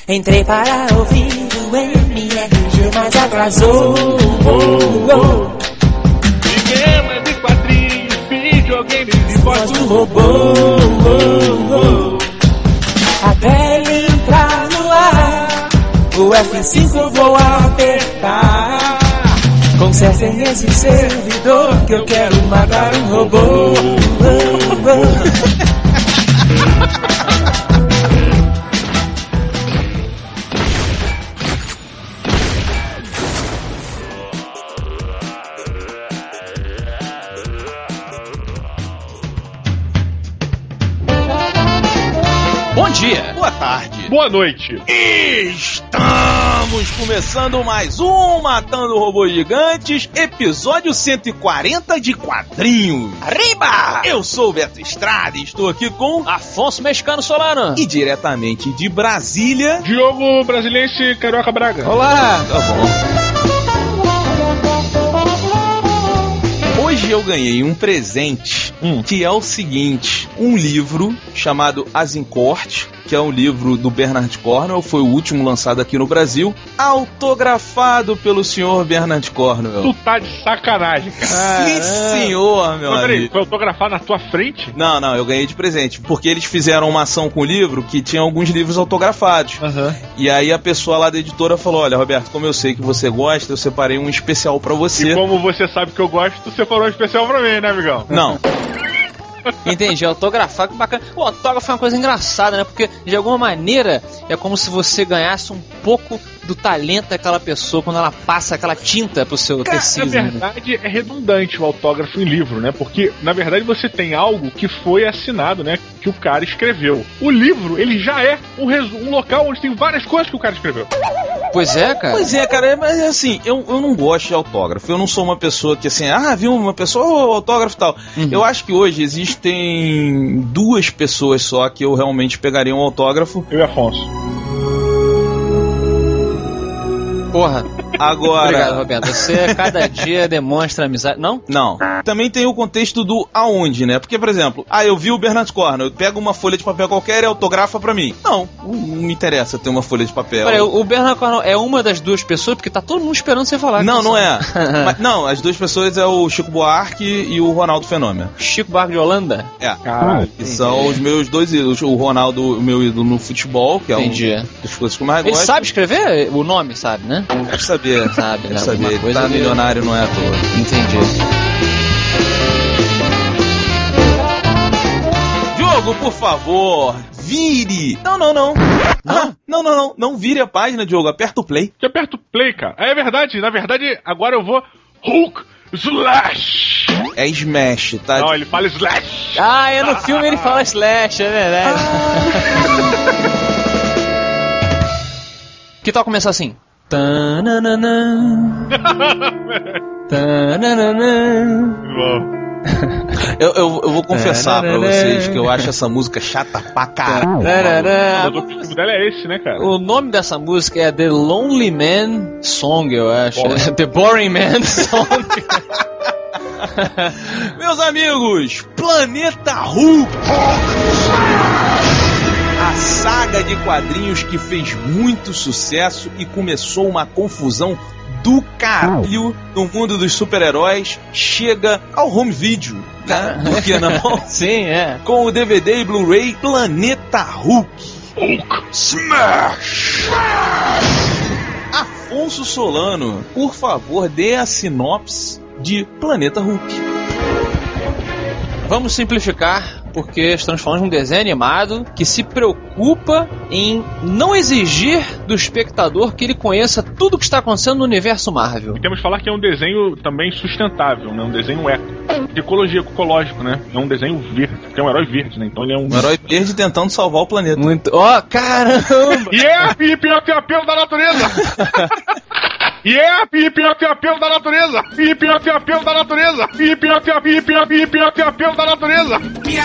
Entrei para ouvir o MRG, mas atrasou. Cinema de quadrinhos, videogames e voz do robô. Até ele entrar no ar, o F5 eu vou apertar. Consertem esse servidor que eu quero matar um robô. Bom dia, boa tarde, boa noite. Estamos começando mais um Matando Robôs Gigantes, episódio 140 de quadrinhos. Arriba! Eu sou o Beto Estrada e estou aqui com Afonso Mexicano Solano. E diretamente de Brasília, Diogo Brasiliense Carioca Braga. Olá! Tá bom. Hoje eu ganhei um presente que é o seguinte: um livro chamado Azincourt, que é um livro do Bernard Cornwell, foi o último lançado aqui no Brasil, autografado pelo senhor Bernard Cornwell. Tu tá de sacanagem, cara. Sim, senhor, meu amigo. Peraí, foi autografado na tua frente? Não, eu ganhei de presente, porque eles fizeram uma ação com o livro que tinha alguns livros autografados. E aí a pessoa lá da editora falou: olha, Roberto, como eu sei que você gosta, eu separei um especial pra você. E como você sabe que eu gosto, você separou um especial pra mim, né, amigão? Não. Entendi, autografar, que bacana. O autógrafo é uma coisa engraçada, né? Porque, de alguma maneira, é como se você ganhasse um pouco do talento daquela pessoa quando ela passa aquela tinta pro seu tecido. Na verdade, é redundante o autógrafo em livro, né? Porque, na verdade, você tem algo que foi assinado, né? Que o cara escreveu. O livro, ele já é um local onde tem várias coisas que o cara escreveu. Pois é, cara, mas assim, eu não gosto de autógrafo. Eu não sou uma pessoa que assim, viu uma pessoa, autógrafo e tal. Eu acho que hoje existem duas pessoas só que eu realmente pegaria um autógrafo. Eu e Afonso. Porra. Agora... Obrigado, Roberto. Você cada dia demonstra amizade. Não? Não. Também tem o contexto do aonde, né? Porque, por exemplo, eu vi o Bernard Cornwell, eu pego uma folha de papel qualquer e autografa pra mim. Não me interessa ter uma folha de papel. Peraí, o Bernard Cornwell é uma das duas pessoas, porque tá todo mundo esperando você falar. Não é. Mas, não, as duas pessoas é o Chico Buarque e o Ronaldo Fenômeno. Chico Buarque de Holanda? É. Caralho. Que são os meus dois ídolos. O Ronaldo, o meu ídolo no futebol, que é uma das coisas que eu mais gosto. Ele sabe escrever o nome, sabe, né? Deve saber. Sabe, né? Saber. Ele tá milionário, não é à toa. Entendi. Diogo, por favor, vire. Não vire a página, Diogo. Aperta o play. Que aperta o play, cara. É verdade. Na verdade, agora eu vou Hulk Slash. É Smash, tá? Não, ele fala Slash. No filme ele fala Slash, é verdade. Que tal começar assim? Eu vou confessar pra vocês que eu acho essa música chata pra caralho. O objetivo dela é esse, né, cara? O nome dessa música é The Lonely Man Song, eu acho. The Boring Man Song. Meus amigos, Planeta Hulk! A saga de quadrinhos que fez muito sucesso e começou uma confusão do caralho no mundo dos super-heróis chega ao home video, né? Por que não? Sim, é. Com o DVD e Blu-ray Planeta Hulk. Hulk Smash! Afonso Solano, por favor, dê a sinopse de Planeta Hulk. Vamos simplificar, porque estamos falando de um desenho animado que se preocupa em não exigir do espectador que ele conheça tudo o que está acontecendo no universo Marvel. E temos que falar que é um desenho também sustentável, né? Um desenho de ecologia, ecológico, né? É um desenho verde, tem um herói verde, né? Então ele é um herói verde tentando salvar o planeta. Muito. Caramba! Pipi, apelo da natureza! Pipi, apelo da natureza! Pipi, apelo da natureza! Pipi, apelo da natureza!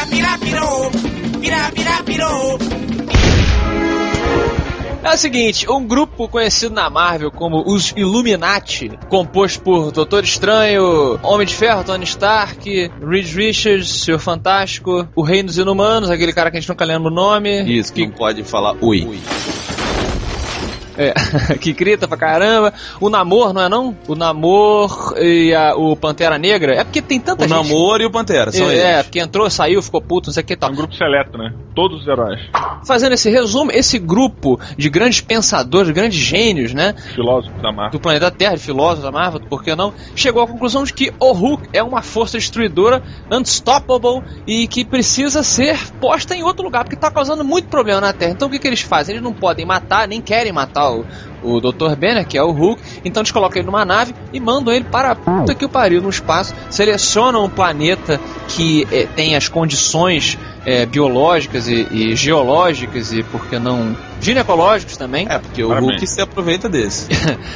É o seguinte, um grupo conhecido na Marvel como os Illuminati, composto por Doutor Estranho, Homem de Ferro, Tony Stark, Reed Richards, Senhor Fantástico, o Rei dos Inumanos, aquele cara que a gente nunca lembra o nome. Isso, que não pode falar oi. que grita pra caramba. O Namor, não é não? O Namor e o Pantera Negra. É porque tem tanta gente. O Namor e o Pantera, são eles. Porque entrou, saiu, ficou puto, não sei o que tal. É um grupo seleto, né? Todos os heróis. Fazendo esse resumo, esse grupo de grandes pensadores, grandes gênios, né? Filósofos da Marvel. Do planeta Terra, de filósofos da Marvel, por que não? Chegou à conclusão de que o Hulk é uma força destruidora, unstoppable, e que precisa ser posta em outro lugar, porque tá causando muito problema na Terra. Então o que eles fazem? Eles não podem matar, nem querem matar o Dr. Banner, que é o Hulk, então eles colocam ele numa nave e mandam ele para a puta que o pariu no espaço, selecionam um planeta que tem as condições biológicas e geológicas e, por que não, ginecológicos também. Porque o Hulk se aproveita desse.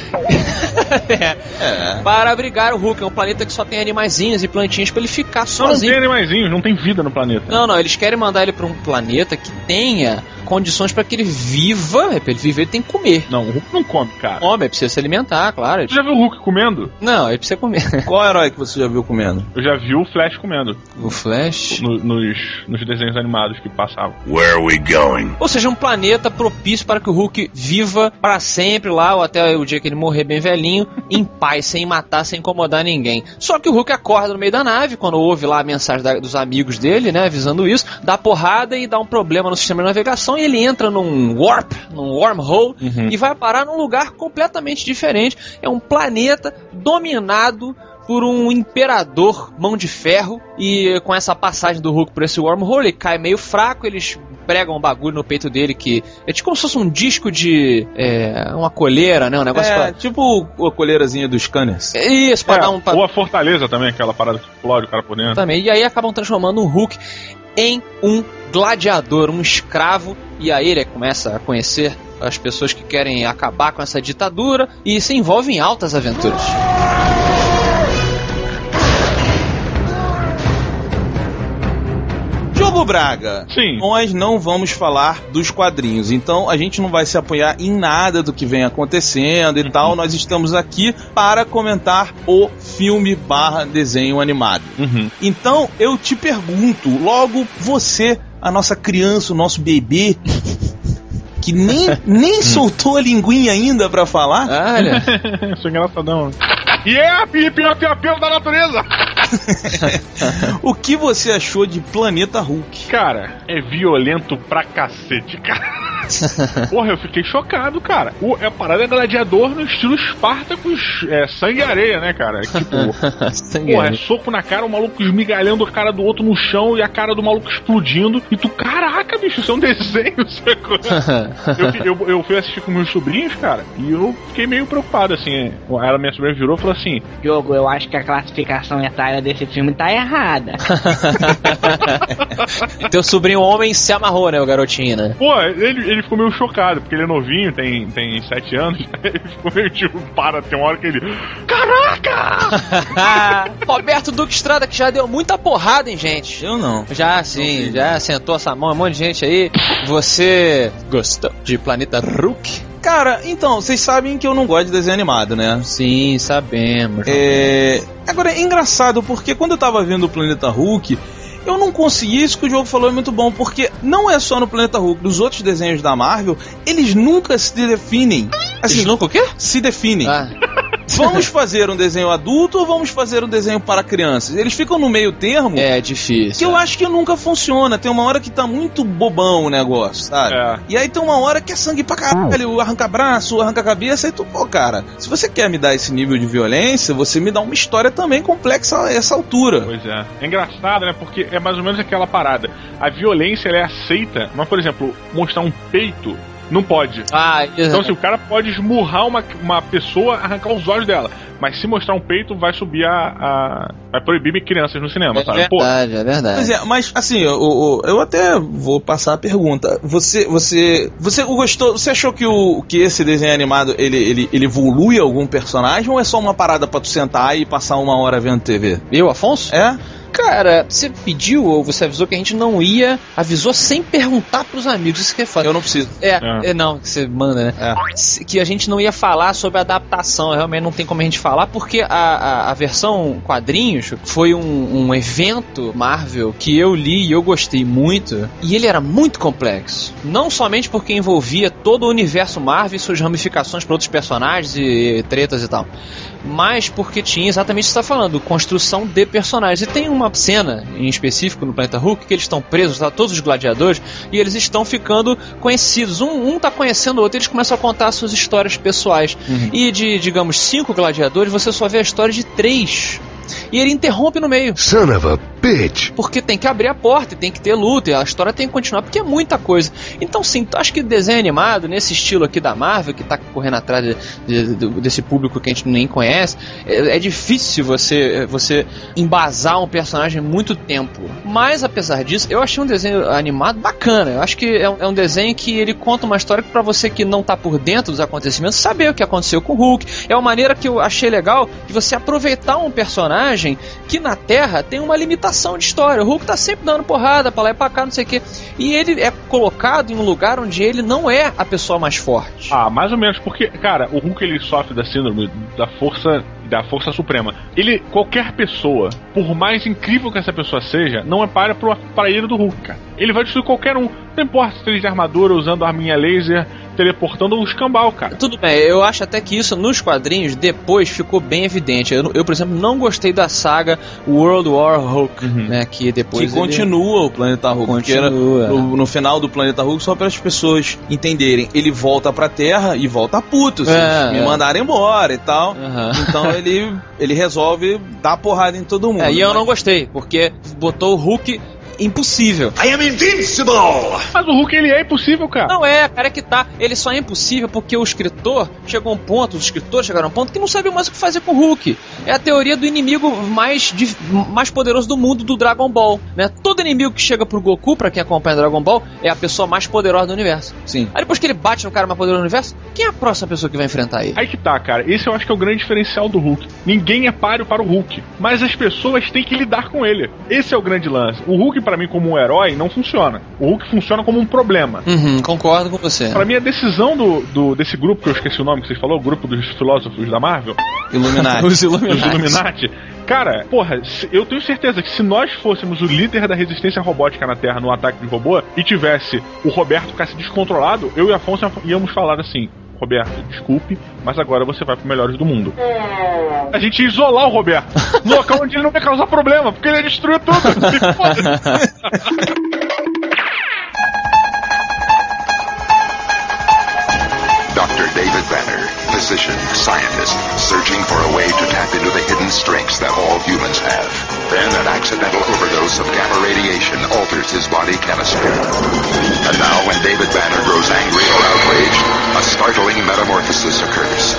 Para abrigar o Hulk, é um planeta que só tem animaizinhos e plantinhas para ele ficar sozinho. Não tem animaizinhos, não tem vida no planeta. Não, eles querem mandar ele para um planeta que tenha condições para que ele viva. Para ele viver, ele tem que comer. Não, o Hulk não come, cara. Come, ele precisa se alimentar, claro. Você já viu o Hulk comendo? Não, ele precisa comer. Qual herói que você já viu comendo? Eu já vi o Flash comendo. O Flash? Nos desenhos animados que passavam. Where are we going? Ou seja, um planeta propício para que o Hulk viva para sempre lá, ou até o dia que ele morrer bem velhinho, em paz, sem matar, sem incomodar ninguém. Só que o Hulk acorda no meio da nave, quando ouve lá a mensagem dos amigos dele, né, avisando isso, dá porrada e dá um problema no sistema de navegação, e ele entra num wormhole, e vai parar num lugar completamente diferente. É um planeta dominado por um imperador mão de ferro, e com essa passagem do Hulk por esse wormhole, ele cai meio fraco, eles pregam um bagulho no peito dele que é tipo como se fosse um disco de uma colheira, né, um negócio tipo a colheirazinha dos Scanners. Isso, pra dar um... Ou a fortaleza também, aquela parada que explode o cara por dentro. Também, e aí acabam transformando o Hulk em um gladiador, um escravo, e aí ele começa a conhecer as pessoas que querem acabar com essa ditadura e se envolve em altas aventuras. Diogo Braga, sim, nós não vamos falar dos quadrinhos, então a gente não vai se apoiar em nada do que vem acontecendo e tal. Nós estamos aqui para comentar o filme / desenho animado. Então eu te pergunto, logo você, a nossa criança, o nosso bebê, que nem soltou a linguinha ainda pra falar. Olha, sou engraçadão. E é a piu da natureza. O que você achou de Planeta Hulk? Cara, é violento pra cacete, cara. Porra, eu fiquei chocado, cara. A parada é gladiador no estilo Spartacus, sangue e areia, né, cara? Tipo, porra, é soco na cara, o maluco esmigalhando a cara do outro no chão e a cara do maluco explodindo. E tu, caraca, bicho, isso é um desenho, sacou? Eu fui assistir com meus sobrinhos, cara, e eu fiquei meio preocupado, assim. Ela, minha sobrinha, virou e falou assim: Diogo, eu acho que a classificação etária desse filme tá errada. Teu sobrinho homem se amarrou, né, o garotinho, né? Pô, ele ficou meio chocado, porque ele é novinho, tem 7 anos. Ele ficou meio tipo, tem uma hora que ele... Caraca! Roberto Duque Estrada, que já deu muita porrada em gente. Eu não. Já, sim, já sentou essa mão, um monte de gente aí. Você gostou de Planeta Hulk? Cara, então, vocês sabem que eu não gosto de desenho animado, né? Sim, sabemos. Agora, é engraçado, porque quando eu tava vendo o Planeta Hulk, eu não consegui, isso que o Diogo falou é muito bom, porque não é só no Planeta Hulk, nos outros desenhos da Marvel, eles nunca se definem. Assim, eles nunca o quê? Se definem. Vamos fazer um desenho adulto ou vamos fazer um desenho para crianças? Eles ficam no meio termo. É difícil. Que eu acho que nunca funciona. Tem uma hora que tá muito bobão o negócio, sabe? E aí tem uma hora que é sangue pra caralho, arranca braço, arranca cabeça, e tu, pô, cara, se você quer me dar esse nível de violência, você me dá uma história também complexa a essa altura. Pois é. É engraçado, né? Porque é mais ou menos aquela parada. A violência, ela é aceita, mas, por exemplo, mostrar um peito não pode. Então, assim, o cara pode esmurrar uma pessoa, arrancar os olhos dela. Mas se mostrar um peito, vai subir vai proibir crianças no cinema, sabe? É verdade. Pois é, mas assim, eu até vou passar a pergunta. Você gostou? Você achou que esse desenho animado ele evolui algum personagem ou é só uma parada pra tu sentar e passar uma hora vendo TV? Eu, Afonso? É? Cara, você pediu ou você avisou que a gente não ia, avisou sem perguntar pros amigos, isso que é foda. Eu não preciso. Não, que você manda, né? Que a gente não ia falar sobre a adaptação, realmente não tem como a gente falar, porque a versão quadrinhos foi um evento Marvel que eu li e eu gostei muito, e ele era muito complexo. Não somente porque envolvia todo o universo Marvel e suas ramificações para outros personagens e tretas e tal, mas porque tinha exatamente o que você está falando, construção de personagens. E tem uma cena em específico no Planeta Hulk que eles estão presos, tá, todos os gladiadores, e eles estão ficando conhecidos. Um tá conhecendo o outro, eles começam a contar suas histórias pessoais. E de, digamos, 5 gladiadores, você só vê a história de 3. E ele interrompe no meio. Son of a bitch. Porque tem que abrir a porta, tem que ter luta, e a história tem que continuar, porque é muita coisa. Então sim, acho que desenho animado, nesse estilo aqui da Marvel, que tá correndo atrás desse público que a gente nem conhece, é difícil você embasar um personagem muito tempo. Mas apesar disso, eu achei um desenho animado bacana. Eu acho que é um desenho que ele conta uma história que pra você que não tá por dentro dos acontecimentos, saber o que aconteceu com o Hulk. É uma maneira que eu achei legal de você aproveitar um personagem que na Terra tem uma limitação de história. O Hulk tá sempre dando porrada pra lá e pra cá, não sei o que. E ele é colocado em um lugar onde ele não é a pessoa mais forte. Mais ou menos, porque, cara, o Hulk ele sofre da síndrome da força suprema. Qualquer pessoa, por mais incrível que essa pessoa seja, não é para ele do Hulk, cara. Ele vai destruir qualquer um. Não importa se ele de armadura, usando arminha laser, teleportando um escambau, cara. Tudo bem, eu acho até que isso nos quadrinhos depois ficou bem evidente. Eu por exemplo, não gostei da saga World War Hulk, né? Que depois. Que continua o Planeta Hulk. Continua. No final do Planeta Hulk, só para as pessoas entenderem, ele volta pra Terra e volta puto. Me mandaram embora e tal. Então ele resolve dar porrada em todo mundo. E eu não gostei, porque botou o Hulk impossível. I am invincible! Mas o Hulk, ele é impossível, cara. Não é, cara, é que tá. Ele só é impossível porque os escritores chegaram a um ponto que não sabiam mais o que fazer com o Hulk. É a teoria do inimigo mais poderoso do mundo do Dragon Ball, né? Todo inimigo que chega pro Goku, pra quem acompanha Dragon Ball, é a pessoa mais poderosa do universo. Sim. Aí depois que ele bate no cara mais poderoso do universo, quem é a próxima pessoa que vai enfrentar ele? Aí que tá, cara. Esse eu acho que é o grande diferencial do Hulk. Ninguém é páreo para o Hulk, mas as pessoas têm que lidar com ele. Esse é o grande lance. O Hulk, pra mim, como um herói, não funciona. O Hulk funciona como um problema. Concordo com você. Pra mim, a decisão desse grupo, que eu esqueci o nome que vocês falou, o grupo dos filósofos da Marvel, Os Illuminati. Cara, porra, eu tenho certeza que se nós fôssemos o líder da resistência robótica na Terra no ataque de robô e tivesse o Roberto ficasse descontrolado, eu e Afonso íamos falar assim: Roberto, desculpe, mas agora você vai pro Melhores do Mundo. A gente ia isolar o Roberto no local onde ele não ia causar problema, porque ele ia destruir tudo. Dr. David Banner, physician, scientist, searching for a way to tap into the hidden strengths that all humans have. Then an accidental overdose of gamma radiation alters his body chemistry. And now when David Banner grows angry or outraged, a startling metamorphosis occurs.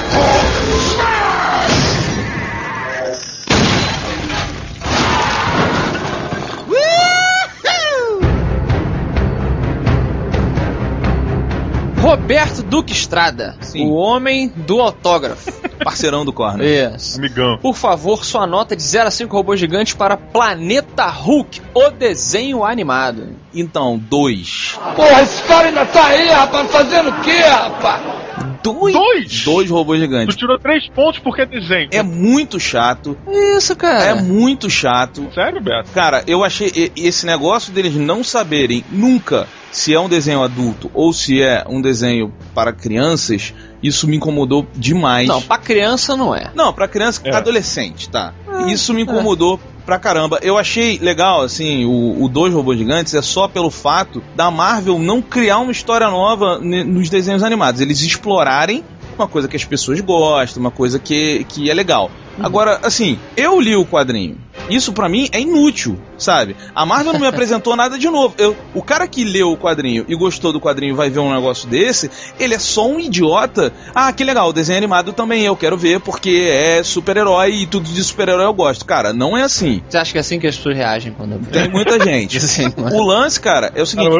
Roberto Duque Estrada, o homem do autógrafo. Parceirão do Corner. Isso. Amigão. Por favor, sua nota de 0 a 5 robôs gigantes para Planeta Hulk, o desenho animado. Então, 2. Porra, esse cara ainda tá aí, rapaz, fazendo o quê, rapaz? 2 robôs gigantes. Tu tirou 3 pontos porque é desenho. É muito chato. Isso, cara. É muito chato. Sério, Beto? Cara, eu achei esse negócio deles não saberem nunca se é um desenho adulto ou se é um desenho para crianças, isso me incomodou demais. Não, pra criança não é. Não, pra criança, adolescente, tá. Isso me incomodou pra caramba. Eu achei legal, assim, o 2 Robôs Gigantes é só pelo fato da Marvel não criar uma história nova nos desenhos animados. Eles explorarem uma coisa que as pessoas gostam, uma coisa que é legal. Agora, assim, eu li o quadrinho. Isso pra mim é inútil, sabe? A Marvel não me apresentou nada de novo. O cara que leu o quadrinho e gostou do quadrinho e vai ver um negócio desse, ele é só um idiota. Ah, que legal, o desenho animado também eu quero ver porque é super-herói e tudo de super-herói eu gosto. Cara, não é assim. Você acha que é assim que as pessoas reagem quando... Tem muita gente. O lance, cara, é o seguinte.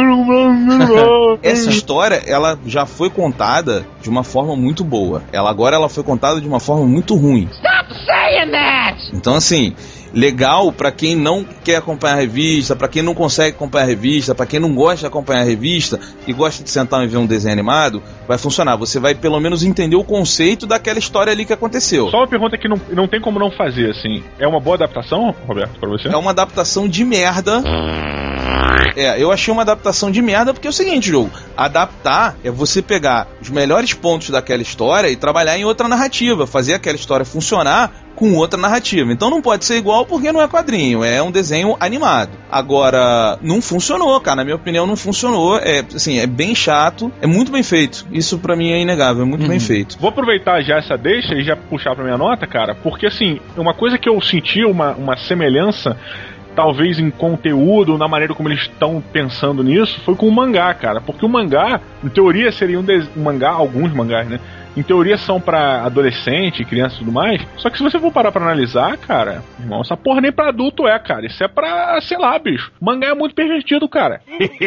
Essa história, ela já foi contada de uma forma muito boa. Agora ela foi contada de uma forma muito ruim. Stop saying that! Exatamente. Então, assim, legal pra quem não quer acompanhar a revista, pra quem não consegue acompanhar a revista, pra quem não gosta de acompanhar a revista e gosta de sentar e ver um desenho animado, vai funcionar. Você vai pelo menos entender o conceito daquela história ali que aconteceu. Só uma pergunta que não tem como não fazer, assim. É uma boa adaptação, Roberto, pra você? É uma adaptação de merda. Eu achei uma adaptação de merda porque é o seguinte, jogo. Adaptar é você pegar os melhores pontos daquela história e trabalhar em outra narrativa, fazer aquela história funcionar com outra narrativa. Então não pode ser igual porque não é quadrinho, é um desenho animado. Agora, não funcionou, cara. Na minha opinião, não funcionou. É bem chato, é muito bem feito. Isso pra mim é inegável, é muito bem feito. Vou aproveitar já essa deixa e já puxar pra minha nota, cara, porque assim, uma coisa que eu senti uma semelhança, talvez em conteúdo, na maneira como eles estão pensando nisso, foi com o mangá, cara. Porque o mangá, em teoria, seria um mangá, alguns mangás, né? Em teoria são pra adolescente, criança e tudo mais. Só que se você for parar pra analisar, cara, irmão, essa porra nem pra adulto é, cara. Isso é pra, sei lá, bicho. O mangá é muito pervertido, cara.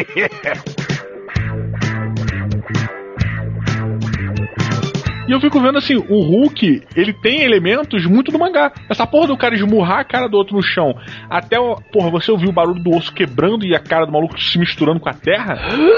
E eu fico vendo assim, o Hulk, ele tem elementos muito do mangá. Essa porra do cara esmurrar a cara do outro no chão, até, porra, você ouvir o barulho do osso quebrando e a cara do maluco se misturando com a terra.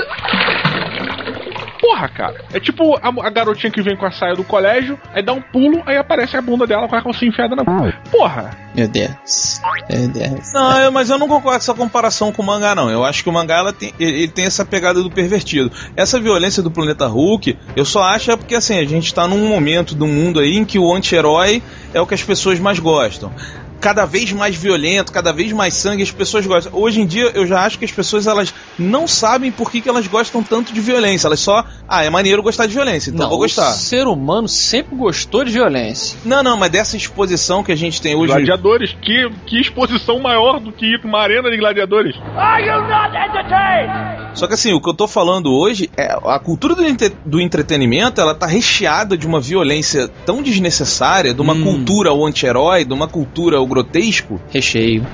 Porra, cara. É tipo a garotinha que vem com a saia do colégio, aí dá um pulo, aí aparece a bunda dela com a calcinha enfiada na bunda. Porra! Meu Deus. Não, mas eu não concordo com essa comparação com o mangá, não. Eu acho que o mangá ele tem essa pegada do pervertido. Essa violência do Planeta Hulk, eu só acho porque assim, a gente tá num momento do mundo aí em que o anti-herói é o que as pessoas mais gostam. Cada vez mais violento, cada vez mais sangue, as pessoas gostam. Hoje em dia, eu já acho que as pessoas, elas não sabem por que elas gostam tanto de violência. Elas só, é maneiro gostar de violência, então vou gostar. O ser humano sempre gostou de violência. Não, mas dessa exposição que a gente tem hoje... Gladiadores, que exposição maior do que ir pra uma arena de gladiadores. Are you not entertained? Só que assim, o que eu tô falando hoje é a cultura do entretenimento, ela tá recheada de uma violência tão desnecessária, de uma cultura ao anti-herói, de uma cultura ao grotesco. Recheio.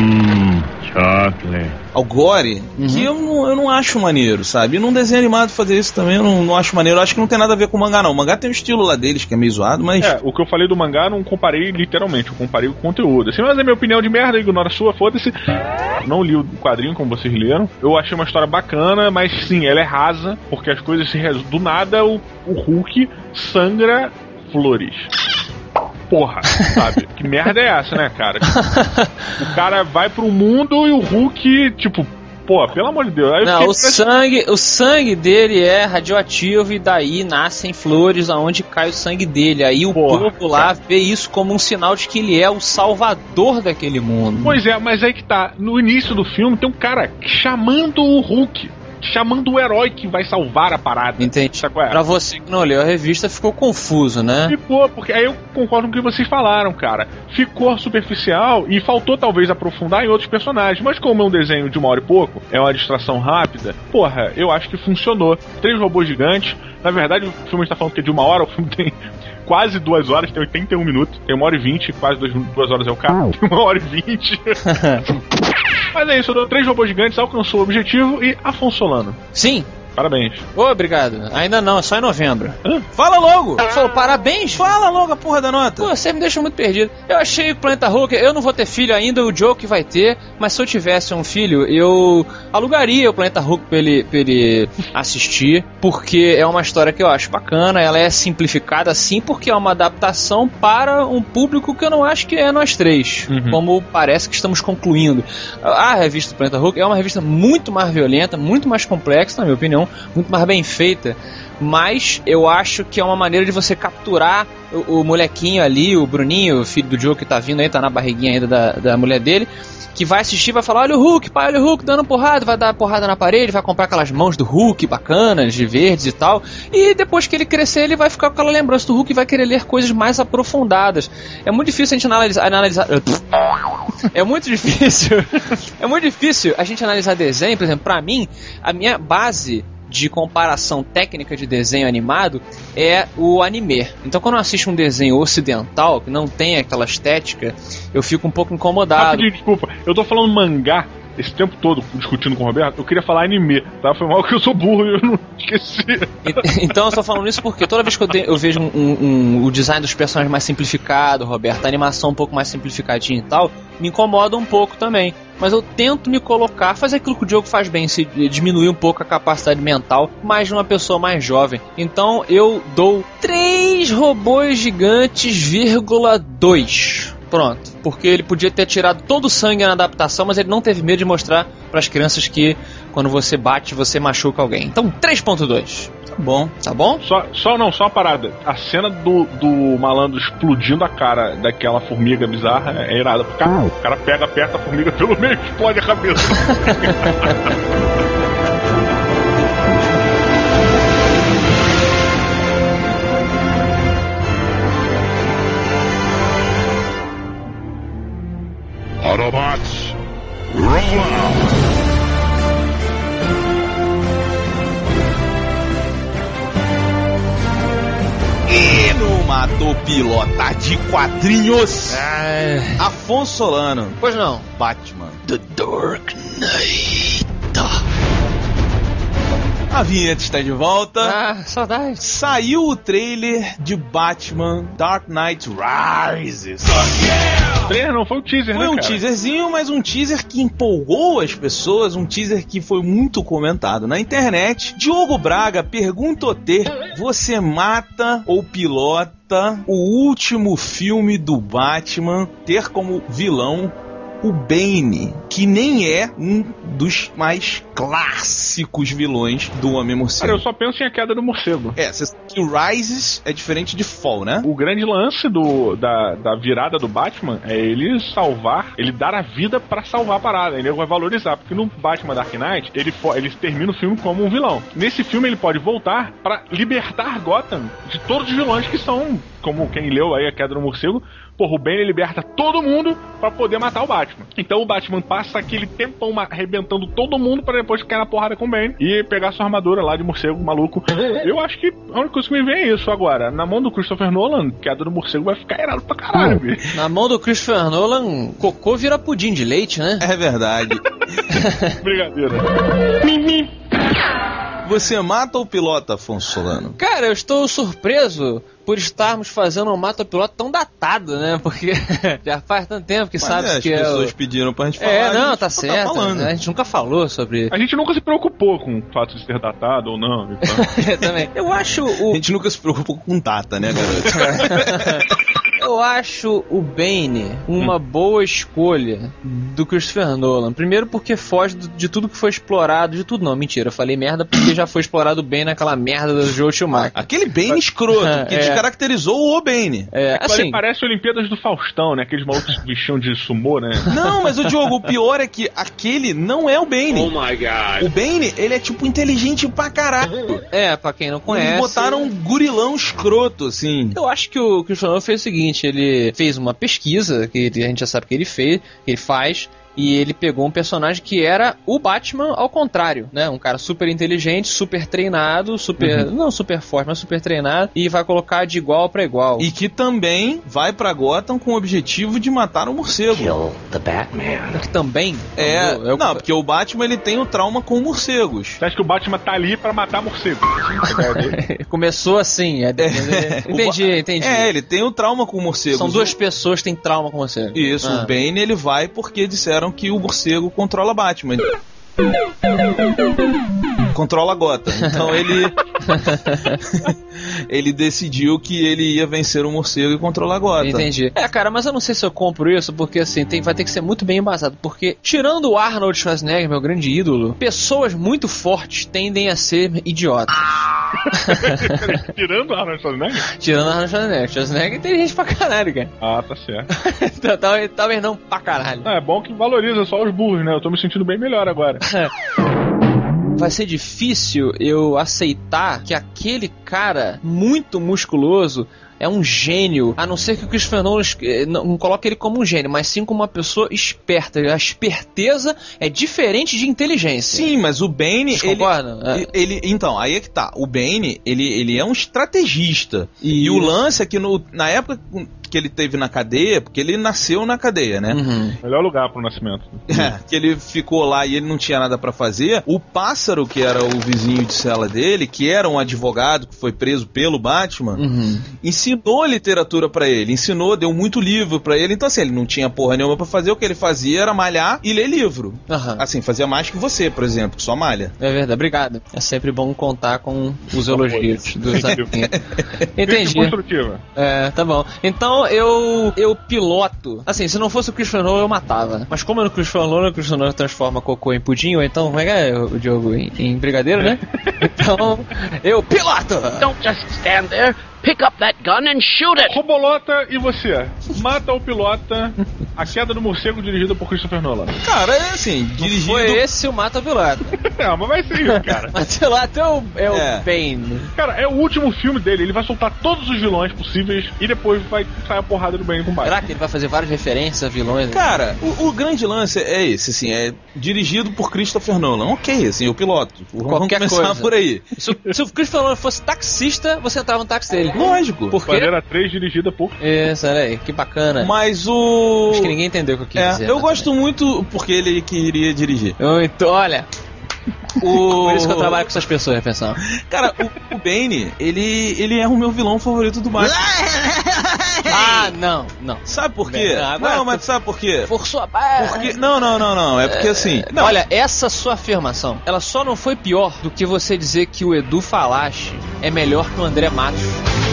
Chocolate. Ao gore, que eu não acho maneiro, sabe? E num desenho animado fazer isso também eu não acho maneiro. Eu acho que não tem nada a ver com o mangá, não. O mangá tem um estilo lá deles que é meio zoado, mas... o que eu falei do mangá não comparei literalmente, eu comparei o conteúdo. Assim, mas é minha opinião de merda, ignora a sua, foda-se. Não li o quadrinho como vocês leram. Eu achei uma história bacana, mas sim, ela é rasa, porque as coisas se resolvem. Do nada, o Hulk sangra flores. Porra, sabe? Que merda é essa, né, cara? O cara vai pro mundo e o Hulk, tipo, pô, pelo amor de Deus. Aí o sangue dele é radioativo e daí nascem flores aonde cai o sangue dele. Aí o povo lá vê isso como um sinal de que ele é o salvador daquele mundo. Pois é, mas aí que tá. No início do filme tem um cara chamando o Hulk. Chamando o herói que vai salvar a parada. Entendi. Pra você que não leu a revista, ficou confuso, né? Ficou, porque aí eu concordo com o que vocês falaram, cara. Ficou superficial e faltou talvez aprofundar em outros personagens. Mas como é um desenho de 1 hora e pouco, é uma distração rápida, porra, eu acho que funcionou. 3 robôs gigantes. Na verdade, o filme está falando que é de 1 hora, o filme tem quase 2 horas, tem 81 minutos. Tem 1 hora e 20, quase 2 horas é o carro. Tem 1 hora e 20. Mas é isso, 3 robôs gigantes, alcançou o objetivo e Afonso Solano. Sim. Parabéns. Obrigado. Ainda não, é só em novembro. Fala logo! Falou parabéns? Fala logo a porra da nota. Pô, você me deixa muito perdido. Eu achei o Planeta Hulk, eu não vou ter filho ainda, o Joe que vai ter, mas se eu tivesse um filho, eu alugaria o Planeta Hulk pra ele assistir, porque é uma história que eu acho bacana, ela é simplificada sim, porque é uma adaptação para um público que eu não acho que é nós três, como parece que estamos concluindo. A revista do Planeta Hulk é uma revista muito mais violenta, muito mais complexa, na minha opinião, muito mais bem feita, mas eu acho que é uma maneira de você capturar o molequinho ali, o Bruninho, o filho do Joe que tá vindo aí, tá na barriguinha ainda da mulher dele, que vai assistir, vai falar, olha o Hulk, pai, olha o Hulk dando porrada, vai dar porrada na parede, vai comprar aquelas mãos do Hulk bacanas, de verdes e tal, e depois que ele crescer, ele vai ficar com aquela lembrança do Hulk e vai querer ler coisas mais aprofundadas. É muito difícil a gente analisar é muito difícil a gente analisar desenho. Por exemplo, pra mim, a minha base de comparação técnica de desenho animado é o anime. Então quando eu assisto um desenho ocidental que não tem aquela estética, eu fico um pouco incomodado. Rapidinho, desculpa, eu tô falando mangá. esse tempo todo discutindo com o Roberto, eu queria falar anime, tá? Foi mal que eu sou burro e eu não esqueci. Então eu tô falando isso porque toda vez que eu vejo o design dos personagens mais simplificado, Roberto, a animação um pouco mais simplificadinha e tal, me incomoda um pouco também. Mas eu tento me colocar, fazer aquilo que o Diogo faz bem, se diminuir um pouco a capacidade mental, mais de uma pessoa mais jovem. Então eu dou 3 robôs gigantes, 2. Pronto. Porque ele podia ter tirado todo o sangue na adaptação, mas ele não teve medo de mostrar para as crianças que quando você bate, você machuca alguém. Então 3.2. Tá bom? Só uma parada. A cena do malandro explodindo a cara daquela formiga bizarra é irada. O cara aperta a formiga pelo meio e explode a cabeça. Autobots, roll out! E no Matopilota de quadrinhos, Afonso Solano. Pois não. Batman The Dark Knight. A vinheta está de volta. Saudade. Saiu o trailer de Batman Dark Knight Rises. O trailer não foi um teaser, Foi né, um cara? teaserzinho, mas um teaser que empolgou as pessoas, um teaser que foi muito comentado na internet. Diogo Braga perguntou-te: você mata ou pilota o último filme do Batman ter como vilão o Bane, que nem é um dos mais clássicos vilões do Homem-Morcego? Cara, eu só penso em A Queda do Morcego. Você sabe que o Rises é diferente de Fall, né? O grande lance da virada do Batman é ele dar a vida pra salvar a parada. Ele vai valorizar, porque no Batman Dark Knight, ele termina o filme como um vilão. Nesse filme ele pode voltar pra libertar Gotham de todos os vilões que são, como quem leu aí A Queda do Morcego, o Bane liberta todo mundo pra poder matar o Batman. Então o Batman passa aquele tempão arrebentando todo mundo pra depois cair na porrada com o Bane e pegar sua armadura lá de morcego maluco. Eu acho que a única coisa que me vem é isso agora. Na mão do Christopher Nolan, Queda do Morcego vai ficar irado pra caralho, bicho. Na mão do Christopher Nolan, cocô vira pudim de leite, né? É verdade. Brincadeira. Você mata ou pilota, Afonso Solano? Cara, eu estou surpreso por estarmos fazendo um mata-piloto tão datado, né? Porque já faz tanto tempo que sabe que as pessoas pediram pra gente falar. Não, tá certo. Falando. A gente nunca falou sobre... A gente nunca se preocupou com o fato de ser datado ou não. Então. Também. Eu acho A gente nunca se preocupou com data, né, garoto? Eu acho o Bane uma boa escolha do Christopher Nolan. Primeiro porque foge de tudo que foi explorado. De tudo não, mentira, eu falei merda porque já foi explorado bem naquela merda do Joel Schumacher. Aquele Bane escroto que descaracterizou o Bane. Assim, parece Olimpíadas do Faustão, né? Aqueles malucos vestiam de sumô, né? Não, mas o Diogo, o pior é que aquele não é o Bane. Oh my God. O Bane, ele é tipo inteligente pra caralho. Pra quem não conhece... Eles botaram um gurilão escroto, assim. Eu acho que o Christopher Nolan fez o seguinte, ele fez uma pesquisa, que a gente já sabe que ele faz, e ele pegou um personagem que era o Batman ao contrário, né? Um cara super inteligente, super treinado, não super forte, mas super treinado, e vai colocar de igual pra igual. E que também vai pra Gotham com o objetivo de matar o morcego. Kill the Batman. Que também? Não, porque o Batman ele tem o trauma com morcegos. Você acha que o Batman tá ali pra matar morcego? Começou assim, entendi. Ele tem o trauma com morcegos. São duas pessoas que têm trauma com morcego. Isso, o Bane ele vai porque disseram que o morcego controla Batman. Controla Gotham. Então ele decidiu que ele ia vencer o morcego e controlar Gotham. Entendi. Cara, mas eu não sei se eu compro isso, porque assim, vai ter que ser muito bem embasado. Porque, tirando o Arnold Schwarzenegger, meu grande ídolo, pessoas muito fortes tendem a ser idiotas. Tirando o Arnold Schwarzenegger? Tirando o Arnold Schwarzenegger. Schwarzenegger é inteligente pra caralho, cara. Tá certo. Talvez não pra caralho. É bom que valoriza só os burros, né? Eu tô me sentindo bem melhor agora. Vai ser difícil eu aceitar que aquele cara muito musculoso é um gênio, a não ser que o Christopher Nolan não coloque ele como um gênio, mas sim como uma pessoa esperta. A esperteza é diferente de inteligência. Sim, mas o Bane, ele então, aí é que tá. O Bane, ele é um estrategista. E o lance é que na época que ele teve na cadeia, porque ele nasceu na cadeia, né? Melhor lugar pro nascimento. Que ele ficou lá e ele não tinha nada pra fazer. O Pássaro, que era o vizinho de cela dele, que era um advogado que foi preso pelo Batman, ensinou literatura pra ele, deu muito livro pra ele. Então assim, ele não tinha porra nenhuma pra fazer, o que ele fazia era malhar e ler livro. Assim, fazia mais que você, por exemplo, que só malha. É verdade, obrigado. É sempre bom contar com os elogios dos amigos. Entendi. Construtiva. Tá bom. Então eu piloto. Assim, se não fosse o Christopher Nolan, eu matava. Mas como é no Christopher Nolan transforma cocô em pudim, ou então, como é que é o Diogo? Em brigadeiro, né? Então, eu piloto! Don't just stand there. Pick up that gun and shoot it! Robolota, e você? Mata o pilota, A Queda do Morcego, dirigida por Christopher Nolan. Cara, é assim, dirigido... Foi esse o Mata o Pilota. Não, mas vai ser isso, cara. Mas sei lá, até o Bane. Cara, é o último filme dele, ele vai soltar todos os vilões possíveis e depois vai sair a porrada do Bane com o Batman. Será que ele vai fazer várias referências a vilões? Cara, o grande lance é esse, assim, é dirigido por Christopher Nolan. Ok, assim, o piloto. Qualquer Vamos começar coisa. por aí. Se o Christopher Nolan fosse taxista, você entrava no táxi dele. Lógico. Por quê? Bandeira 3, dirigida por... Isso, olha aí, que bacana. Mas o... Acho que ninguém entendeu o que eu quis dizer. Eu gosto muito porque ele queria dirigir. Então, olha... Por isso que eu trabalho com essas pessoas, repensão. Cara, o Bane, ele é o meu vilão favorito do Batman. Não. Sabe por quê? Não, mas sabe por quê? Forçou a barra. Porque... Não. É porque assim... Não. Olha, essa sua afirmação, ela só não foi pior do que você dizer que o Edu Falaschi é melhor que o André Matos.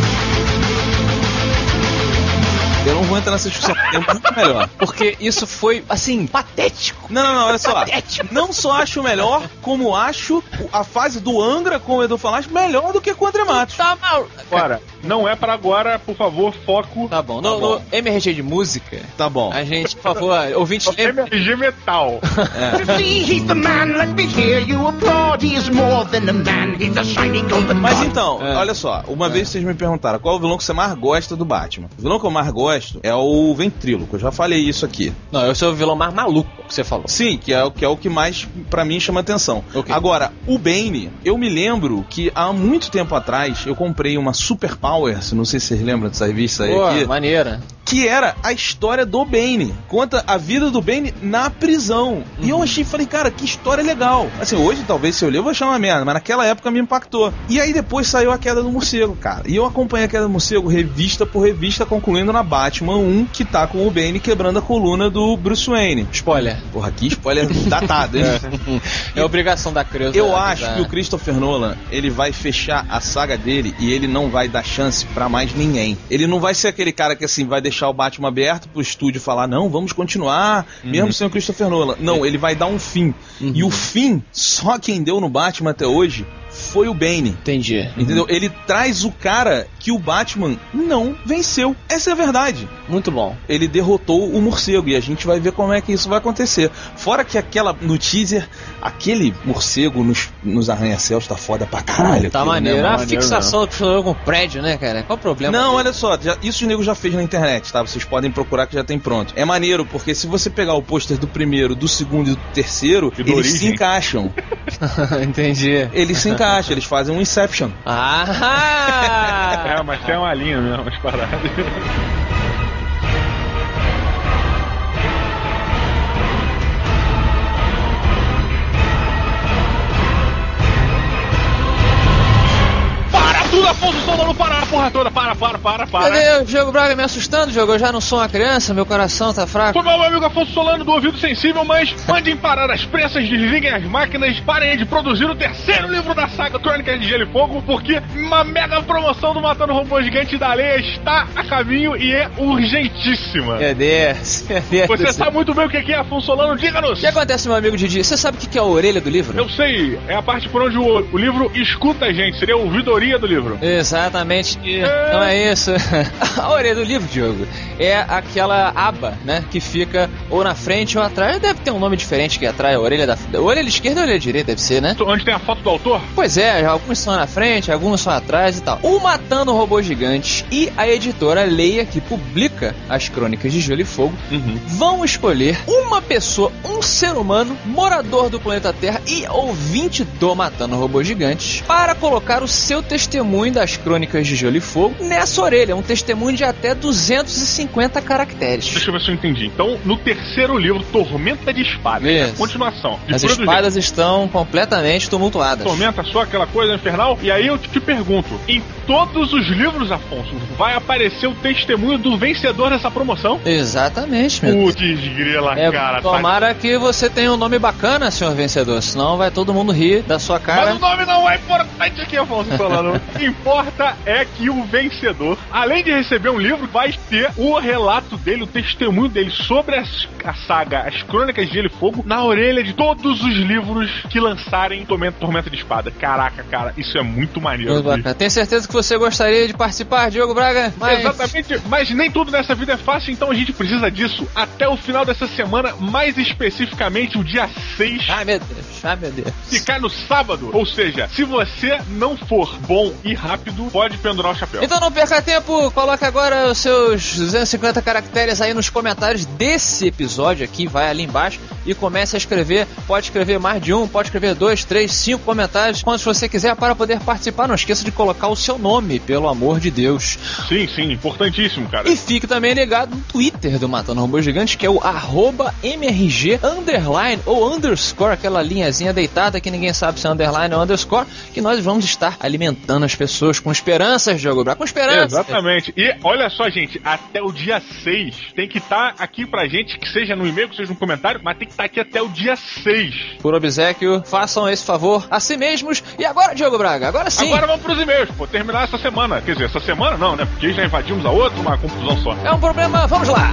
Eu não vou entrar nessa discussão, é muito melhor. Porque isso foi, assim, patético. Não, olha só. Patético. Não só acho melhor, como acho a fase do Angra com o Edu Falaschi melhor do que com o André Matos. Tá mal. Agora, não é pra agora, por favor, foco. Tá bom. No MRG de música, tá bom. A gente, por favor, ouvintes... MRG Metal. Mas então, olha só. Uma vez vocês me perguntaram qual é o vilão que você mais gosta do Batman. O vilão que eu mais gosto é o Ventríloco, eu já falei isso aqui. Não, eu sou o vilão mais maluco que você falou. Sim, que é o que mais pra mim chama atenção. Okay. Agora, o Bane, eu me lembro que há muito tempo atrás eu comprei uma Super Powers, não sei se vocês lembram dessa revista aí. Pô, maneira. Que era a história do Bane. Conta a vida do Bane na prisão. E eu falei, cara, que história legal. Assim, hoje talvez se eu ler eu vou achar uma merda, mas naquela época me impactou. E aí depois saiu A Queda do Morcego, cara. E eu acompanhei A Queda do Morcego revista por revista, concluindo na Batman 1, que tá com o Bane quebrando a coluna do Bruce Wayne. Spoiler. Porra, que spoiler datado, hein? É obrigação da criança. Eu acho que o Christopher Nolan, ele vai fechar a saga dele e ele não vai dar chance pra mais ninguém. Ele não vai ser aquele cara que assim, vai deixar o Batman aberto pro estúdio falar, não, vamos continuar, mesmo sem o Christopher Nolan. Não, ele vai dar um fim. E o fim, só quem deu no Batman até hoje foi o Bane. Entendi. Entendeu? Ele traz o cara que o Batman não venceu. Essa é a verdade. Muito bom. Ele derrotou o morcego e a gente vai ver como é que isso vai acontecer. Fora que no teaser, aquele morcego nos arranha-céus tá foda pra caralho. Tá maneiro. Né? A fixação do personagem com o prédio, né, cara? Qual o problema? Não, olha só, isso o nego já fez na internet, tá? Vocês podem procurar que já tem pronto. É maneiro, porque se você pegar o pôster do primeiro, do segundo e do terceiro, eles se encaixam. Entendi. Eles se encaixam, eles fazem um Inception. Mas tem uma linha mesmo, umas paradas. Tudo, Afonso Solano, para a porra toda, para. Cadê o Diogo Braga me assustando, Diogo? Eu já não sou uma criança, meu coração tá fraco. Foi mal, meu amigo Afonso Solano do ouvido sensível, mas mandem parar as pressas, desliguem as máquinas, parem de produzir o terceiro livro da saga Crônicas de Gelo e Fogo, porque uma mega promoção do Matando Robô Gigante da Leia está a caminho e é urgentíssima. Meu Deus. Você sabe muito bem o que é, Afonso Solano, diga-nos. O que acontece, meu amigo Didi? Você sabe o que é a orelha do livro? Eu sei, é a parte por onde o livro escuta a gente, seria a ouvidoria do livro. Exatamente, não é isso. A orelha do livro, Diogo, é aquela aba, né, que fica ou na frente ou atrás. Deve ter um nome diferente que atrai a orelha da orelha esquerda ou a orelha direita, deve ser, né? Onde tem a foto do autor? Pois é, alguns são na frente, alguns são atrás e tal. O Matando Robô Gigante e a editora Leia, que publica publica as Crônicas de Gelo e Fogo, vão escolher uma pessoa, um ser humano, morador do planeta Terra e ouvinte do Matando Robôs Gigantes, para colocar o seu testemunho das Crônicas de Gelo e Fogo nessa orelha, um testemunho de até 250 caracteres. Deixa eu ver se eu entendi. Então, no terceiro livro, Tormenta de Espadas, é a continuação. As espadas estão completamente tumultuadas. Tormenta só aquela coisa infernal. E aí eu te pergunto, em todos os livros, Afonso, vai aparecer o testemunho do vencedor dessa promoção? Exatamente, meu Deus. Putz, grila, cara. Tomara que você tenha um nome bacana, senhor vencedor, senão vai todo mundo rir da sua cara. Mas o nome não é importante aqui, Afonso, falando. O que importa é que o vencedor, além de receber um livro, vai ter o relato dele, o testemunho dele sobre a saga As Crônicas de Gelo e Fogo na orelha de todos os livros que lançarem Tormenta de Espada. Caraca, cara, isso é muito maneiro. Tenho certeza que você gostaria de participar, Diogo Braga. Exatamente, mas nem tudo nessa vida é fácil, então a gente precisa disso até o final dessa semana, mais especificamente o dia 6. Ai, meu Deus. Que cai no sábado. Ou seja, se você não for bom e rápido, pode pendurar o chapéu. Então não perca tempo, coloque agora os seus 250 caracteres aí nos comentários desse episódio aqui, vai ali embaixo e comece a escrever. Pode escrever mais de um, pode escrever 2, 3, 5 comentários, quantos você quiser para poder participar. Não esqueça de colocar o seu nome, pelo amor de Deus. Sim, importantíssimo, cara. E fique também ligado no Twitter do Matando Robôs Gigantes, que é o @MRG_ ou underscore, aquela linhazinha deitada que ninguém sabe se é underline ou underscore, que nós vamos estar alimentando as pessoas com esperanças, Diogo Braga, com esperanças. Exatamente. E olha só, gente, até o dia 6 tem que estar aqui pra gente, que seja no e-mail, que seja no comentário, mas tem que estar aqui até o dia 6. Por obséquio, façam esse favor a si mesmos. E agora, Diogo Braga, agora sim. Agora vamos pros e-mails, terminar essa semana. Quer dizer, essa semana não, né? Porque já invadimos a outra, uma confusão só. É um problema, vamos lá.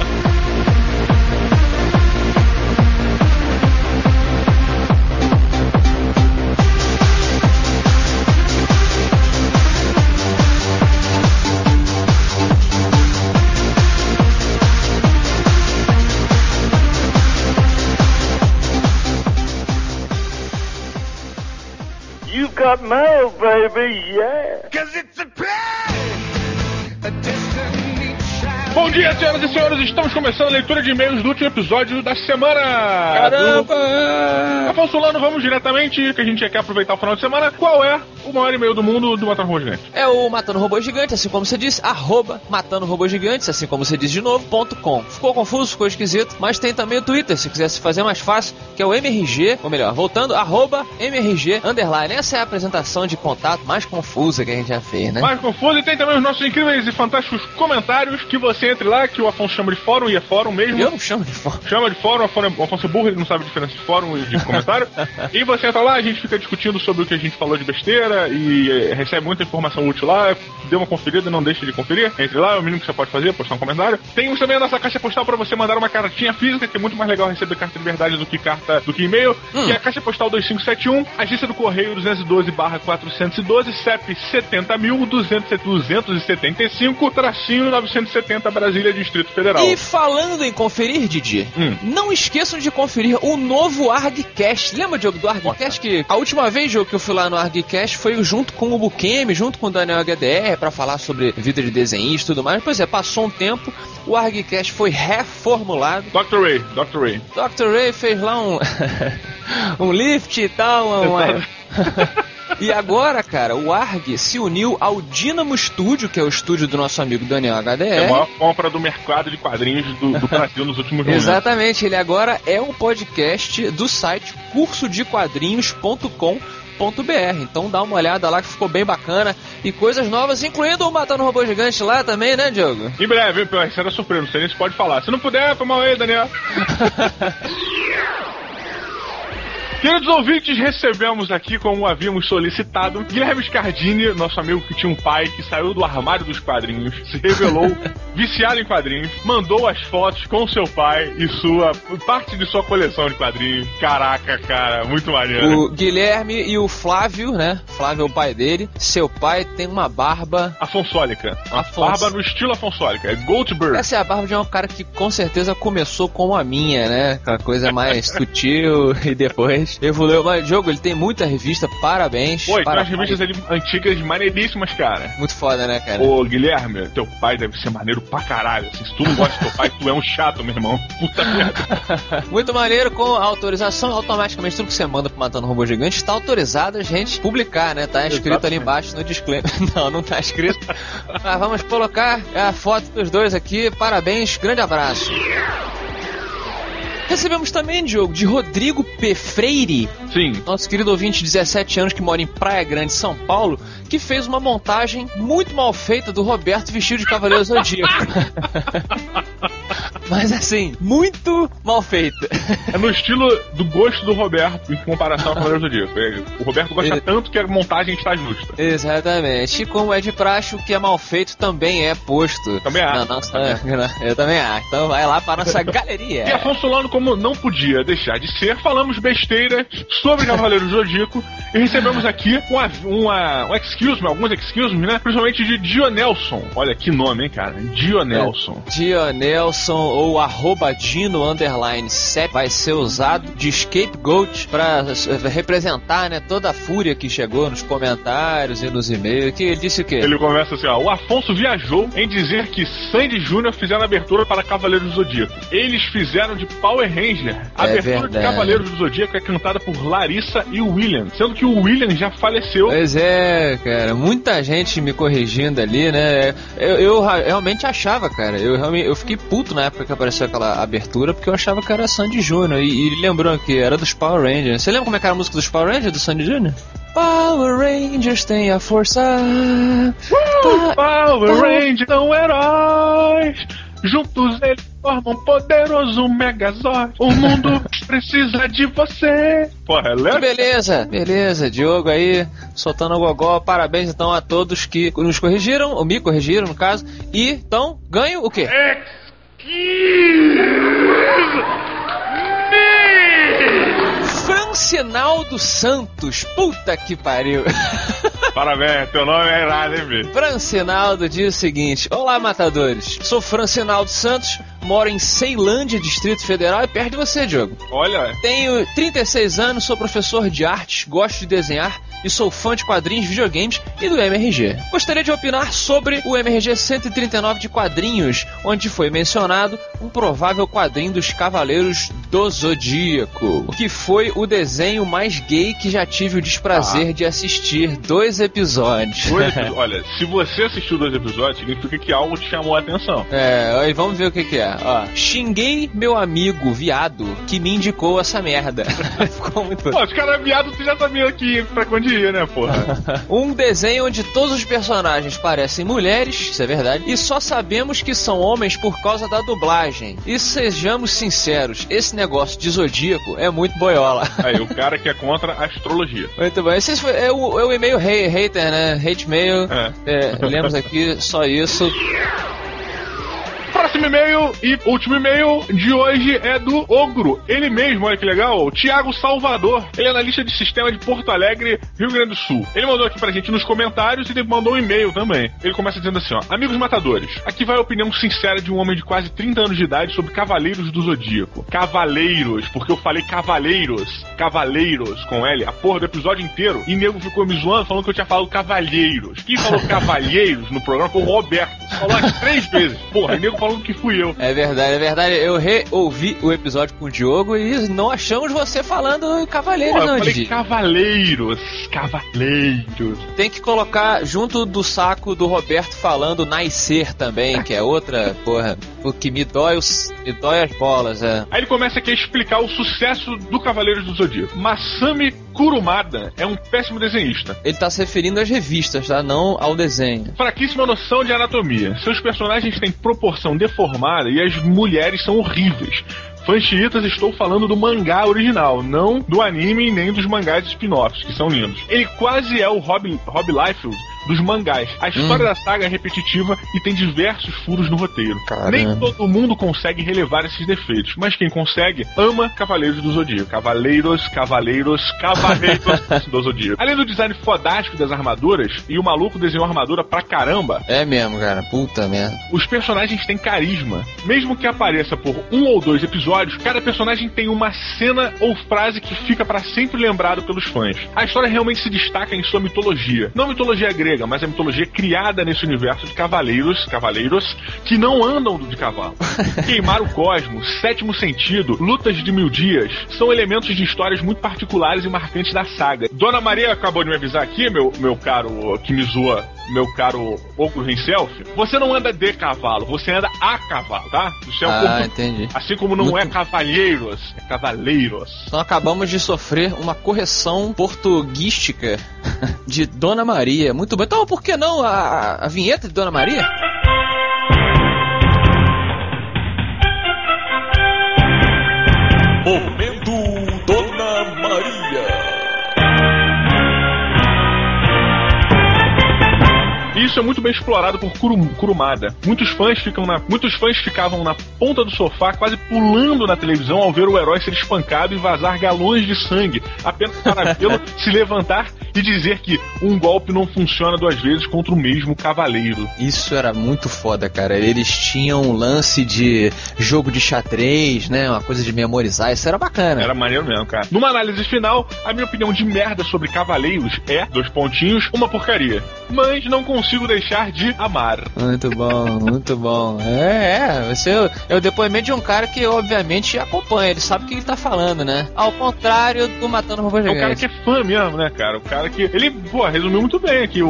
You got mail, baby, yeah. 'Cause it's a Bom dia, senhoras e senhores, estamos começando a leitura de e-mails do último episódio da semana. Caramba! Afonso Solano, vamos diretamente, que a gente quer aproveitar o final de semana. Qual é o maior e-mail do mundo do Matando Robô Gigante? É o Matando Robô Gigante, assim como você disse, @Matando Robô Gigantes, assim como você diz de novo, .com. Ficou confuso, ficou esquisito, mas tem também o Twitter, se quiser se fazer mais fácil, que é o MRG, ou melhor, voltando, @MRG_. Essa é a apresentação de contato mais confusa que a gente já fez, né? Mais confusa, e tem também os nossos incríveis e fantásticos comentários, que você entre lá, que o Afonso chama de fórum, e é fórum mesmo. Eu não chamo de fórum. Chama de fórum, o Afonso é burro, ele não sabe a diferença de fórum e de comentário. E você entra lá, a gente fica discutindo sobre o que a gente falou de besteira e recebe muita informação útil lá. Dê uma conferida, não deixe de conferir. Entre lá, é o mínimo que você pode fazer, postar um comentário. Temos também a nossa caixa postal para você mandar uma cartinha física, que é muito mais legal receber carta de verdade do que e-mail, que é a caixa postal 2571, agência do Correio 212/412, CEP 70.275-970, Brasília, Distrito Federal. E falando em conferir, Didi, não esqueçam de conferir o novo ArgCast. Lembra, Diogo, do ArgCast? Que a última vez, Diogo, que eu fui lá no ArgCast foi junto com o Bukemi, junto com o Daniel HDR, pra falar sobre vida de desenhista e tudo mais. Pois é, passou um tempo, o ArgCast foi reformulado. Dr. Ray fez lá um lift e tal, E agora, cara, o ARG se uniu ao Dynamo Studio, que é o estúdio do nosso amigo Daniel HDR. É a maior compra do mercado de quadrinhos do Brasil nos últimos anos. Exatamente, ele agora é um podcast do site cursodequadrinhos.com.br. Então dá uma olhada lá que ficou bem bacana. E coisas novas, incluindo o Matando Robô Gigante lá também, né, Diogo? Em breve, isso era surpresa, não sei nem se pode falar. Se não puder, foi mal aí, Daniel. Queridos ouvintes, recebemos aqui, como havíamos solicitado, Guilherme Scardini, nosso amigo que tinha um pai que saiu do armário dos quadrinhos, se revelou viciado em quadrinhos, mandou as fotos com seu pai e parte de sua coleção de quadrinhos. Caraca, cara, muito maneiro. O Guilherme e o Flávio, né? Flávio é o pai dele. Seu pai tem uma barba afonsólica. Barba no estilo afonsólica, é Goldberg. Essa é a barba de um cara que com certeza começou como a minha, né? Aquela coisa mais sutil e depois Mas evoluiu. Mas, Diogo, ele tem muita revista, parabéns. Pô, tem umas revistas ali antigas maneiríssimas, cara. Muito foda, né, cara? Ô, Guilherme, teu pai deve ser maneiro pra caralho. Assim, se tu não gosta do teu pai, tu é um chato, meu irmão. Puta merda. Muito maneiro, com a autorização, automaticamente tudo que você manda pro Matando Robô Gigante está autorizado a gente publicar, né? Tá escrito ali embaixo no disclaimer. Não tá escrito. Mas vamos colocar a foto dos dois aqui. Parabéns, grande abraço. Recebemos também, Diogo, de Rodrigo P. Freire. Sim. Nosso querido ouvinte de 17 anos que mora em Praia Grande, São Paulo, que fez uma montagem muito mal feita do Roberto vestido de Cavaleiro Zodíaco. Mas assim, muito mal feita. É no estilo do gosto do Roberto em comparação ao Cavaleiro Zodíaco. O Roberto gosta tanto que a montagem está justa. Exatamente. E como é de praxe, o que é mal feito também é posto. Também acho. Eu também acho. Então vai lá para a nossa galeria. E Afonso Solano, como não podia deixar de ser, falamos besteira sobre Cavaleiro Zodíaco e recebemos aqui alguns excuse me, né? Principalmente de Dionelson. Olha que nome, hein, cara? Dionelson. Dionelson ou @Dino_7 vai ser usado de scapegoat pra representar, né, toda a fúria que chegou nos comentários e nos e-mails. Que ele disse o quê? Ele começa assim, ó: o Afonso viajou em dizer que Sandy Júnior fizeram a abertura para Cavaleiros do Zodíaco. Eles fizeram de Power Ranger. A abertura de Cavaleiros do Zodíaco é cantada por Larissa e o William, sendo que o William já faleceu. Pois é, cara, muita gente me corrigindo ali, né? Eu realmente achava, cara, eu fiquei puto na época que apareceu aquela abertura, porque eu achava que era Sandy Júnior, e lembrou que era dos Power Rangers. Você lembra como é que era a música dos Power Rangers, do Sandy Júnior? Power Rangers tem a força. Power Rangers são heróis. Juntos eles formam um poderoso Megazord. O mundo precisa de você. Porra, Beleza, Diogo aí, soltando o gogó. Parabéns então a todos que nos corrigiram, ou me corrigiram no caso. E então, ganho o quê? Francinaldo Santos, puta que pariu. Parabéns, teu nome é irado, hein, bicho? Francinaldo diz o seguinte: olá, matadores, sou Francinaldo Santos, moro em Ceilândia, Distrito Federal, é perto de você, Diogo. Olha. Tenho 36 anos, sou professor de artes, gosto de desenhar e sou fã de quadrinhos, videogames e do MRG. Gostaria de opinar sobre o MRG 139 de quadrinhos, onde foi mencionado um provável quadrinho dos Cavaleiros do Zodíaco, que foi o desenho mais gay que já tive o desprazer de assistir. 2 episódios. Olha, se você assistiu 2 episódios, significa que algo te chamou a atenção. E vamos ver o que é. Ó, xinguei meu amigo viado que me indicou essa merda. Ficou muito... Pô, os caras viado, tu já sabia aqui pra onde ia, né, porra? Um desenho onde todos os personagens parecem mulheres, isso é verdade, e só sabemos que são homens por causa da dublagem. E sejamos sinceros, esse negócio de Zodíaco é muito boiola. Aí, o cara que é contra a astrologia. Muito bem, esse é o e-mail hater, né? Hate mail. Lemos aqui só isso. Próximo e-mail e último e-mail de hoje é do Ogro. Ele mesmo, olha que legal, o Thiago Salvador. Ele é analista de sistema de Porto Alegre, Rio Grande do Sul. Ele mandou aqui pra gente nos comentários e ele mandou um e-mail também. Ele começa dizendo assim, ó: amigos matadores, aqui vai a opinião sincera de um homem de quase 30 anos de idade sobre Cavaleiros do Zodíaco. Cavaleiros, porque eu falei Cavaleiros com L, a porra do episódio inteiro, e nego ficou me zoando falando que eu tinha falado Cavalheiros. Quem falou Cavalheiros no programa foi o Roberto. Falou as 3 vezes. Porra, e nego falando que fui eu. É verdade. Eu reouvi o episódio com o Diogo e não achamos você falando Cavaleiros, não, não, eu falei Didi. Cavaleiros. Tem que colocar junto do saco do Roberto falando Nascer também, que é outra, porra, o que me dói as bolas, é. Aí ele começa aqui a explicar o sucesso do Cavaleiros do Zodíaco. Masami Kurumada é um péssimo desenhista. Ele tá se referindo às revistas, tá? Não ao desenho. Fraquíssima noção de anatomia. Seus personagens têm proporção deformada e as mulheres são horríveis. Fãs chiitas, estou falando do mangá original, não do anime nem dos mangás spin-offs, que são lindos. Ele quase é o Rob Liefeld dos mangás. A história da saga é repetitiva e tem diversos furos no roteiro. Caramba. Nem todo mundo consegue relevar esses defeitos, mas quem consegue ama Cavaleiros do Zodíaco. Cavaleiros do Zodíaco. Além do design fodástico das armaduras, e o maluco desenhou armadura pra caramba. É mesmo, cara. Puta merda. Os personagens têm carisma. Mesmo que apareça por 1 ou 2 episódios, cada personagem tem uma cena ou frase que fica pra sempre lembrado pelos fãs. A história realmente se destaca em sua mitologia. Não mitologia grega, mas a mitologia criada nesse universo de cavaleiros que não andam de cavalo. Queimar o cosmos, sétimo sentido, lutas de 1000 dias, são elementos de histórias muito particulares e marcantes da saga. Dona Maria acabou de me avisar aqui, meu caro Kimizua, meu caro Ogro Himself, você não anda de cavalo, você anda a cavalo, tá? Isso é entendi. Assim como não é cavalheiros, é cavaleiros. Então acabamos de sofrer uma correção portuguística de Dona Maria. Muito bom. Então por que não a vinheta de Dona Maria? Momento Dona Maria. Isso é muito bem explorado por Kurumada. Muitos fãs ficavam na ponta do sofá, quase pulando na televisão ao ver o herói ser espancado e vazar galões de sangue, apenas para vê-lo se levantar e dizer que um golpe não funciona 2 vezes contra o mesmo cavaleiro. Isso era muito foda, cara. Eles tinham um lance de jogo de xadrez, né? Uma coisa de memorizar. Isso era bacana. Era maneiro mesmo, cara. Numa análise final, a minha opinião de merda sobre cavaleiros é, 2 pontinhos, uma porcaria. Mas não consigo deixar de amar. Muito bom, muito bom. Você é o depoimento de um cara que obviamente acompanha, ele sabe o que ele tá falando, né? Ao contrário do Matando Robôs Gigantes. É o cara que é fã mesmo, né, cara? O cara que... Ele, resumiu muito bem aqui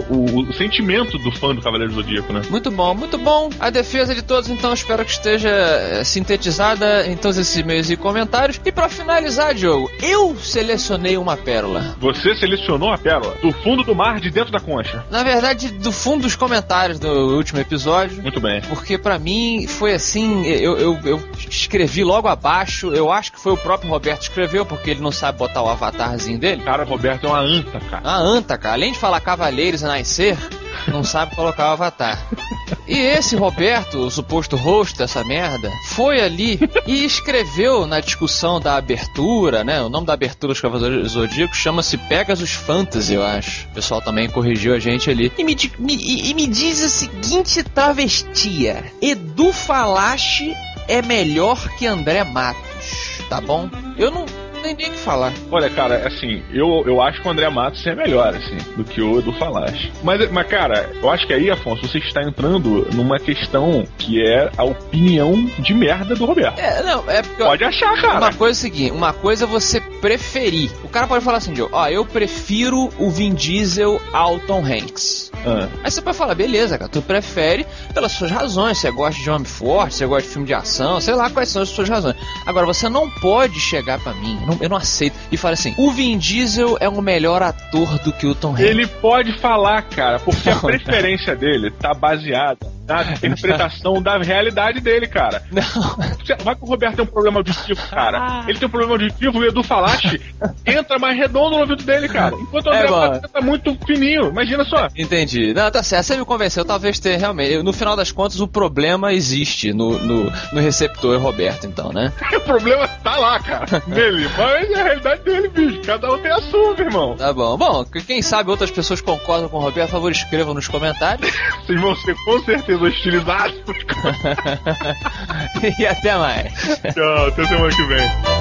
o sentimento do fã do Cavaleiro do Zodíaco, né? Muito bom, muito bom. A defesa de todos, então, espero que esteja sintetizada em todos esses e-mails e comentários. E pra finalizar, Diogo, eu selecionei uma pérola. Você selecionou a pérola? Do fundo do mar, de dentro da concha? Na verdade, do fundo dos comentários do último episódio. Muito bem. Porque pra mim foi assim, eu escrevi logo abaixo, eu acho que foi o próprio Roberto que escreveu, porque ele não sabe botar o avatarzinho dele. Cara, o Roberto é uma anta, cara. Uma anta, cara. Além de falar cavaleiros e nascer, não sabe colocar o avatar. E esse Roberto, o suposto host dessa merda, foi ali e escreveu na discussão da abertura, né? O nome da abertura dos Cavaleiros do Zodíaco chama-se Pegasus Fantasy, eu acho. O pessoal também corrigiu a gente ali. E me diz o seguinte, travestia: Edu Falaschi é melhor que André Matos, tá bom? Eu não tem nem o que falar. Olha, cara, assim, eu acho que o André Matos é melhor, assim, do que o Edu Falaschi. Mas, cara, eu acho que aí, Afonso, você está entrando numa questão que é a opinião de merda do Roberto. Porque... Pode achar, cara. Uma coisa é o seguinte, uma coisa é você preferir. O cara pode falar assim, Joe, eu prefiro o Vin Diesel ao Tom Hanks. Aí você pode falar, beleza, cara, tu prefere pelas suas razões, você gosta de homem forte, você gosta de filme de ação, sei lá quais são as suas razões. Agora, você não pode chegar pra mim, eu não aceito, e falar assim, o Vin Diesel é um melhor ator do que o Tom Hanks. Ele pode falar, cara, porque a preferência dele tá baseada na interpretação da realidade dele, cara. Não. Vai que o Roberto tem um problema auditivo, cara. Ele tem um problema auditivo, o Edu Falaschi entra mais redondo no ouvido dele, cara. Enquanto o André tá muito fininho, imagina só. Entendi. Não, tá certo, você me convenceu, talvez tenha realmente. No final das contas, o problema existe no receptor Roberto, então, né? O problema tá lá, cara, nele. Mas é a realidade dele, bicho. Cada um tem a sua, meu irmão. Tá bom. Bom, quem sabe outras pessoas concordam com o Roberto, por favor, escrevam nos comentários. Vocês vão ser com certeza hostilizados. E até mais. Tchau, até semana que vem.